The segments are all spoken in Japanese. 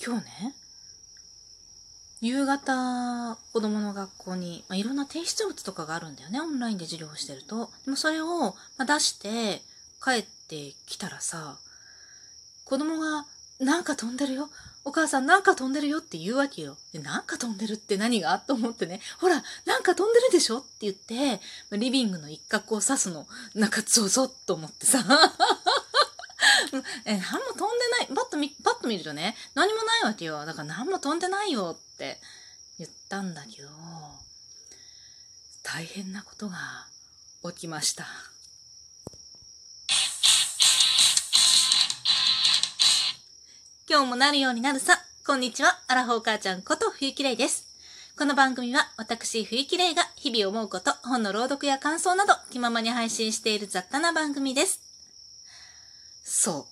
今日ね、夕方、子供の学校に、いろんな提出物とかがあるんだよね、オンラインで授業をしてると。でもそれを、出して帰ってきたらさ、子供が、なんか飛んでるよ。お母さんなんか飛んでるよって言うわけよ。で、なんか飛んでるって何がと思ってね。ほら、なんか飛んでるでしょって言って、リビングの一角を指すの。なんかゾゾッと思ってさ。何も飛んでない。パッと見るとね、何もないわけよ。だから何も飛んでないよって言ったんだけど、大変なことが起きました。今日もなるようになるさ。こんにちは。アラフォー母ちゃんこと冬木玲です。この番組は私冬木玲が日々思うこと、本の朗読や感想など気ままに配信している雑多な番組です。そう。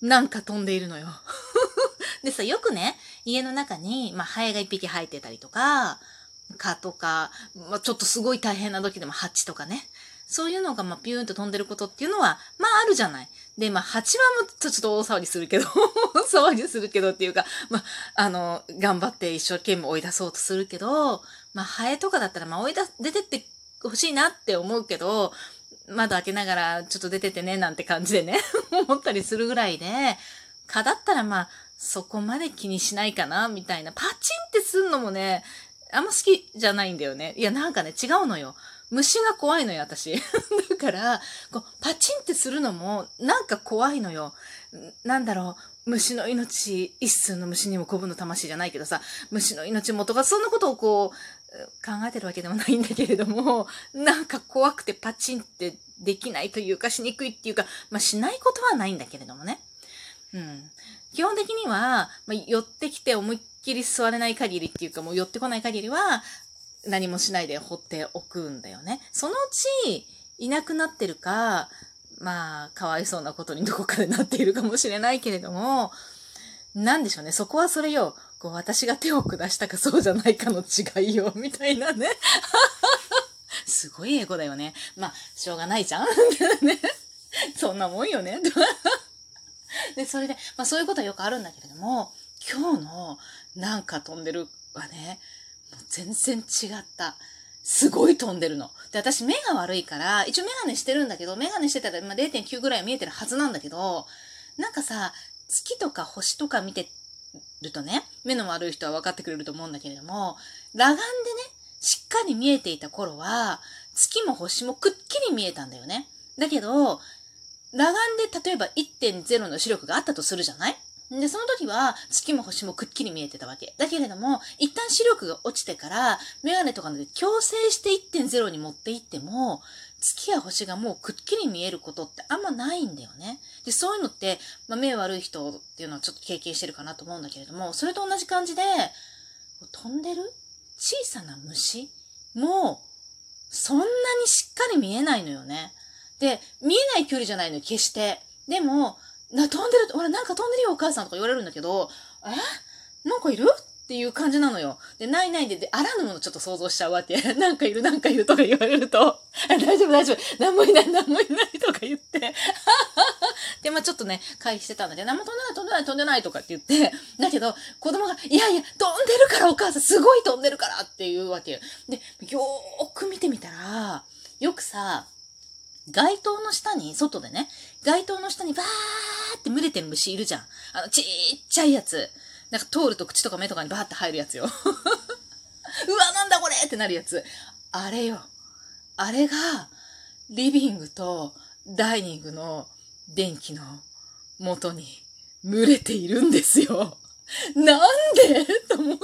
なんか飛んでいるのよ。でさ、よくね、家の中に、ハエが一匹入ってたりとか、蚊とか、ちょっとすごい大変な時でもハチとかね。そういうのがピューンと飛んでることっていうのは、あるじゃない。で、ハチはちょっと大騒ぎするけど、騒ぎするけどっていうか、頑張って一生懸命追い出そうとするけど、ハエとかだったら、出てってほしいなって思うけど、窓開けながらちょっと出てってねなんて感じでね、思ったりするぐらいで、蚊だったらそこまで気にしないかな、みたいな。パチンってすんのもね、あんま好きじゃないんだよね。いや、なんかね、違うのよ。虫が怖いのよ、私。だから、パチンってするのも、なんか怖いのよ。なんだろう、虫の命、一寸の虫にもこぶの魂じゃないけどさ、虫の命もとか、そんなことを考えてるわけでもないんだけれども、なんか怖くてパチンってできないというか、しにくいっていうか、しないことはないんだけれどもね。基本的には、寄ってきて思いっきり座れない限りっていうか、もう寄ってこない限りは、何もしないで放っておくんだよね。そのうち、いなくなってるか、かわいそうなことにどこかでなっているかもしれないけれども、なんでしょうね。そこはそれよ。私が手を下したかそうじゃないかの違いよ、みたいなね。すごい英語だよね。しょうがないじゃん。ね、そんなもんよね。で、それで、そういうことはよくあるんだけれども、今日のなんか飛んでるはね、もう全然違った。すごい飛んでるの。で、私目が悪いから、一応メガネしてるんだけど、メガネしてたら、0.9 ぐらいは見えてるはずなんだけど、なんかさ、月とか星とか見てるとね、目の悪い人は分かってくれると思うんだけれども、裸眼でね、しっかり見えていた頃は、月も星もくっきり見えたんだよね。だけど、裸眼で例えば 1.0 の視力があったとするじゃない？で、その時は月も星もくっきり見えてたわけ。だけれども、一旦視力が落ちてから、メガネとかで矯正して 1.0 に持っていっても、月や星がもうくっきり見えることってあんまないんだよね。で、そういうのって、目悪い人っていうのはちょっと経験してるかなと思うんだけれども、それと同じ感じで、飛んでる小さな虫も、そんなにしっかり見えないのよね。で、見えない距離じゃないのよ、決して。でも、飛んでる、ほら、なんか飛んでるよ、お母さんとか言われるんだけど、なんかいるっていう感じなのよ。で、ないないで、あらぬものちょっと想像しちゃうわけ。なんかいるとか言われると、大丈夫、なんもいないとか言って。で、ちょっとね、回避してたんだけど、なんも飛んでないとかって言って、だけど、子供が、いや、飛んでるからお母さん、すごい飛んでるからっていうわけよ。で、よーく見てみたら、よくさ、街灯の下に、外でね、街灯の下にバーって群れてる虫いるじゃん。ちっちゃいやつ。なんか通ると口とか目とかにバーって入るやつよ。うわ、なんだこれってなるやつ。あれよ。あれが、リビングとダイニングの電気の元に群れているんですよ。なんでと思って。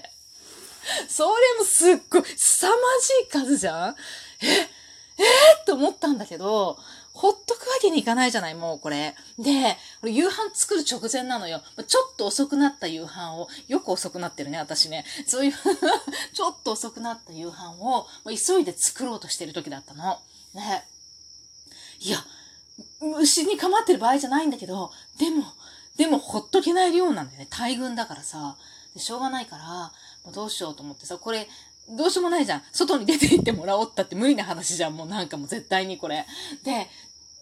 それもすっごい凄まじい数じゃん。って思ったんだけど、ほっとくわけにいかないじゃない、もうこれ。で、夕飯作る直前なのよ。ちょっと遅くなった夕飯を、よく遅くなってるね、私ね。そういう、ちょっと遅くなった夕飯を、急いで作ろうとしてる時だったの。ね。いや、虫に構ってる場合じゃないんだけど、でもほっとけない量なんだよね。大群だからさ。でしょうがないから、もうどうしようと思ってさ、これ、どうしようもないじゃん。外に出て行ってもらおうったって無理な話じゃん。もうなんかもう絶対にこれ。で、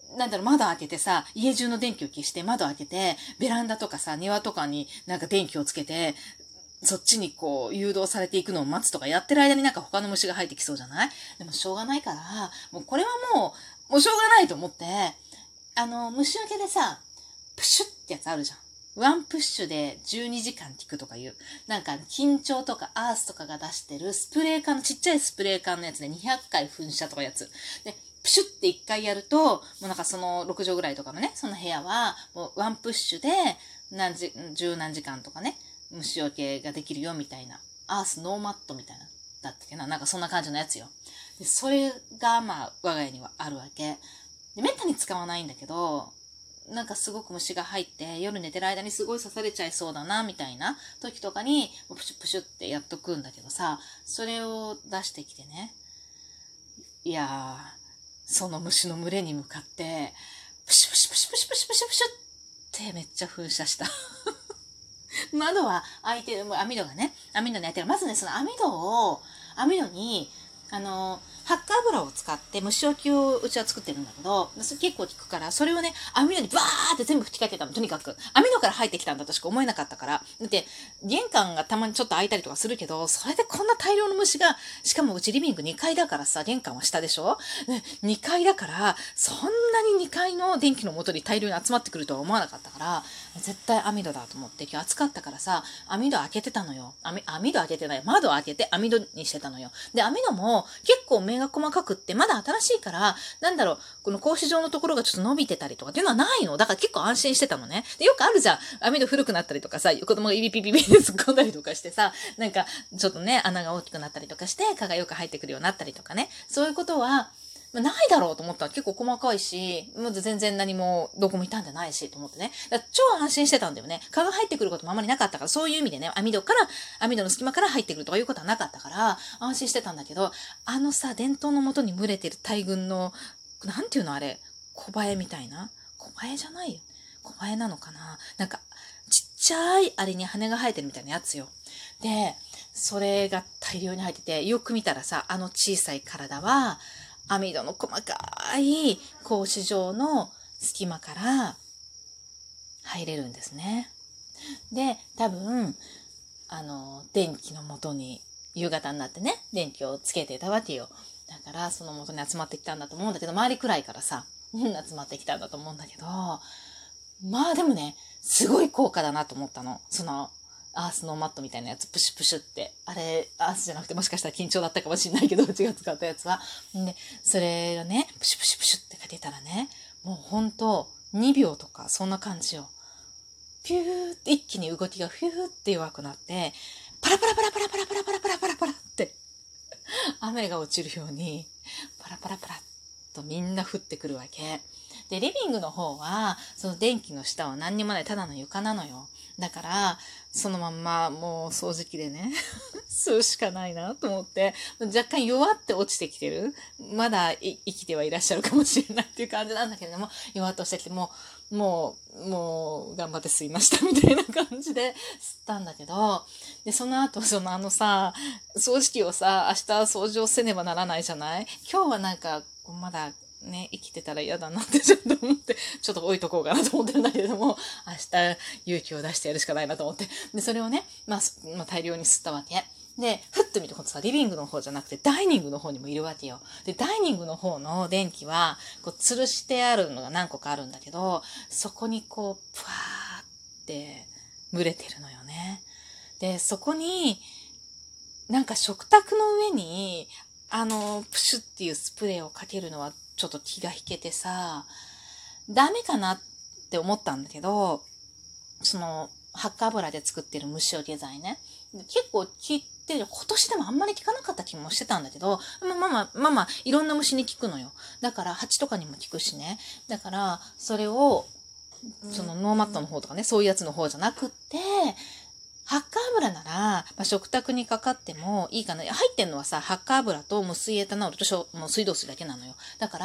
なんだろう、窓開けてさ、家中の電気を消して窓開けて、ベランダとかさ、庭とかになんか電気をつけて、そっちにこう誘導されていくのを待つとかやってる間になんか他の虫が入ってきそうじゃない？でもしょうがないから、もうこれはもうしょうがないと思って、虫除けでさ、プシュってやつあるじゃん。ワンプッシュで12時間効くとかいう。なんか、緊張とかアースとかが出してるスプレー缶の、ちっちゃいスプレー缶のやつで200回噴射とかやつ。で、プシュって1回やると、もうなんかその6畳ぐらいとかのね、その部屋は、もうワンプッシュで十何時間とかね、虫除けができるよみたいな。アースノーマットみたいな。だったっけな。なんかそんな感じのやつよ。で、それがまあ、我が家にはあるわけ。で、めったに使わないんだけど、なんかすごく虫が入って夜寝てる間にすごい刺されちゃいそうだなみたいな時とかにプシュプシュってやっとくんだけどさ、それを出してきてね、いやー、その虫の群れに向かってプシュプシュプシュプシュプシュプシュプシュってめっちゃ噴射した窓は開いてる、網戸がね、網戸に開いてる。まずね、その網戸にハッカー油を使って虫除けをうちは作ってるんだけど、それ結構効くから、それをね、網戸にバーって全部吹きかけたの、とにかく。網戸から入ってきたんだとしか思えなかったから。だって、玄関がたまにちょっと開いたりとかするけど、それでこんな大量の虫が、しかもうちリビング2階だからさ、玄関は下でしょ？ 2 階だから、そんなに2階の電気の元に大量に集まってくるとは思わなかったから、絶対網戸だと思って、今日暑かったからさ、網戸開けてたのよ。網戸開けてない。窓開けて網戸にしてたのよ。で、網戸も結構目が細かくって、まだ新しいから、なんだろう、この格子状のところがちょっと伸びてたりとかっていうのはないの。だから結構安心してたのね。で、よくあるじゃん。網戸古くなったりとかさ、子供がビビビビで突っ込んだりとかしてさ、なんか、ちょっとね、穴が大きくなったりとかして、蚊がよく入ってくるようになったりとかね。そういうことは、ないだろうと思ったら結構細かいし、まず全然何もどこも傷んでないしと思ってね。だから超安心してたんだよね。蚊が入ってくることもあまりなかったから、そういう意味でね、網戸の隙間から入ってくるとかいうことはなかったから、安心してたんだけど、電灯の元に群れてる大群の、なんていうのあれ、小バエみたいな？小バエじゃないよ。小バエなのかな？なんか、ちっちゃいあれに羽が生えてるみたいなやつよ。で、それが大量に入ってて、よく見たらさ、小さい体は、網戸の細かい格子状の隙間から入れるんですね。で、多分、電気の元に夕方になってね、電気をつけてたわけよ。だから、その元に集まってきたんだと思うんだけど、周りくらいからさ、集まってきたんだと思うんだけど、まあでもね、すごい効果だなと思ったの。アースのマットみたいなやつ、プシュプシュって。あれ、アースじゃなくてもしかしたら緊張だったかもしれないけど、うちが使ったやつは。で、それがね、プシュプシュプシュってかけたらね、もうほんと、2秒とか、そんな感じよ。ピューって一気に動きがフューって弱くなって、パラパラパラパラパラパラパラパラパラパラって、雨が落ちるように、パラパラパラっとみんな降ってくるわけ。で、リビングの方は、その電気の下は何にもない、ただの床なのよ。だから、そのまんま、もう掃除機でね、吸うしかないなと思って、若干弱って落ちてきてる。まだ生きてはいらっしゃるかもしれないっていう感じなんだけれども、弱っとしてきて、もう、頑張って吸いましたみたいな感じで吸ったんだけど、で、その後、掃除機をさ、明日掃除をせねばならないじゃない？今日はなんか、まだ、ね、生きてたら嫌だなってちょっと思って、ちょっと置いとこうかなと思ってるんだけれども、明日勇気を出してやるしかないなと思って。で、それをね、大量に吸ったわけ。で、ふっと見るとさ、リビングの方じゃなくてダイニングの方にもいるわけよ。で、ダイニングの方の電気は、吊るしてあるのが何個かあるんだけど、そこにぷわーって群れてるのよね。で、そこに、なんか食卓の上に、プシュっていうスプレーをかけるのはちょっと気が引けてさ、ダメかなって思ったんだけど、ハッカ油で作ってる虫除け剤ね。結構効いてる。今年でもあんまり効かなかった気もしてたんだけど、いろんな虫に効くのよ。だから、蜂とかにも効くしね。だから、それを、ノーマットの方とかね、そういうやつの方じゃなくって、ハッカ油なら、食卓にかかってもいいかな。入ってんのはさ、ハッカ油と無水エタノールと水道水だけなのよ。だから、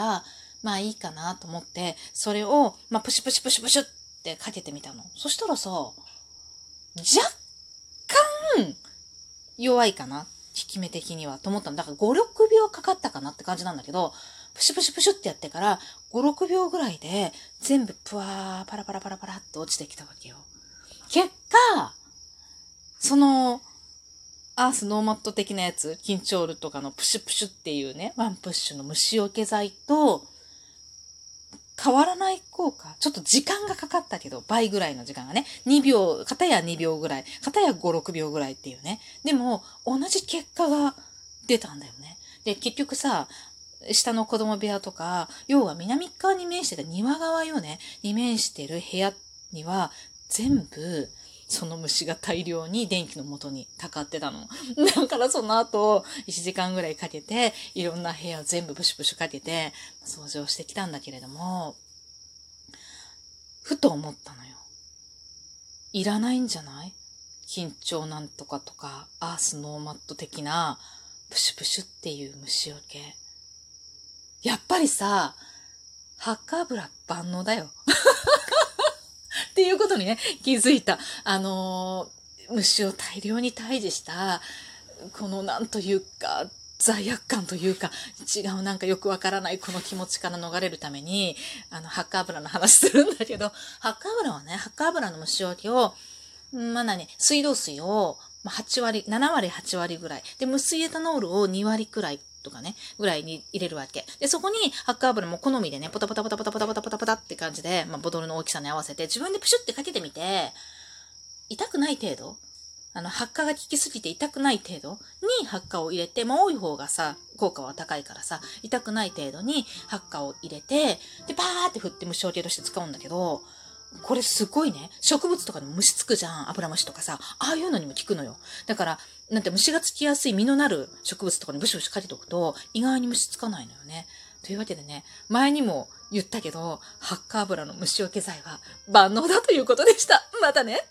いいかなと思って、それを、プシュプシュプシュプシュってかけてみたの。そしたらさ、若干、弱いかな。効き目的には。と思ったの。だから5、6秒かかったかなって感じなんだけど、 プシュプシュプシュってやってから5、6秒ぐらいで全部プワーパラパラパラパラって落ちてきたわけよ。結果、そのアースノーマット的なやつ、キンチョールとかのプシュプシュっていうね、ワンプッシュの虫除け剤と変わらない効果。ちょっと時間がかかったけど、倍ぐらいの時間がね。2秒、片や2秒ぐらい、片や5、6秒ぐらいっていうね。でも、同じ結果が出たんだよね。で、結局さ、下の子供部屋とか、要は南側に面してた庭側よね、に面してる部屋には、全部、その虫が大量に電気の元にたかってたの。だからその後、1時間ぐらいかけて、いろんな部屋を全部ブシュブシュかけて、掃除をしてきたんだけれども、ふと思ったのよ。いらないんじゃない？緊張なんとかとか、アースノーマット的な、プシュプシュっていう虫除け。やっぱりさ、ハッカー油万能だよ。っていうことにね、気づいた。虫を大量に退治した、このなんというか、罪悪感というか、違うなんかよくわからないこの気持ちから逃れるために、ハッカー油の話するんだけど、ハッカー油はね、ハッカー油の虫除けを、水道水を8割、7割、8割ぐらい。で、無水エタノールを2割くらいとかね、ぐらいに入れるわけ。で、そこにハッカー油も好みでね、ポタポタポタポタポタポタポタポタって感じで、ボトルの大きさに合わせて、自分でプシュってかけてみて、痛くない程度、発火が効きすぎて痛くない程度に発火を入れて、多い方がさ、効果は高いからさ、痛くない程度に発火を入れて、で、バーって振って虫除けとして使うんだけど、これすごいね。植物とかにも虫つくじゃん。アブラムシとかさ。ああいうのにも効くのよ。だから、虫がつきやすい実のなる植物とかにブシブシかけておくと、意外に虫つかないのよね。というわけでね、前にも言ったけど、ハッカー油の虫除け剤は万能だということでした。またね。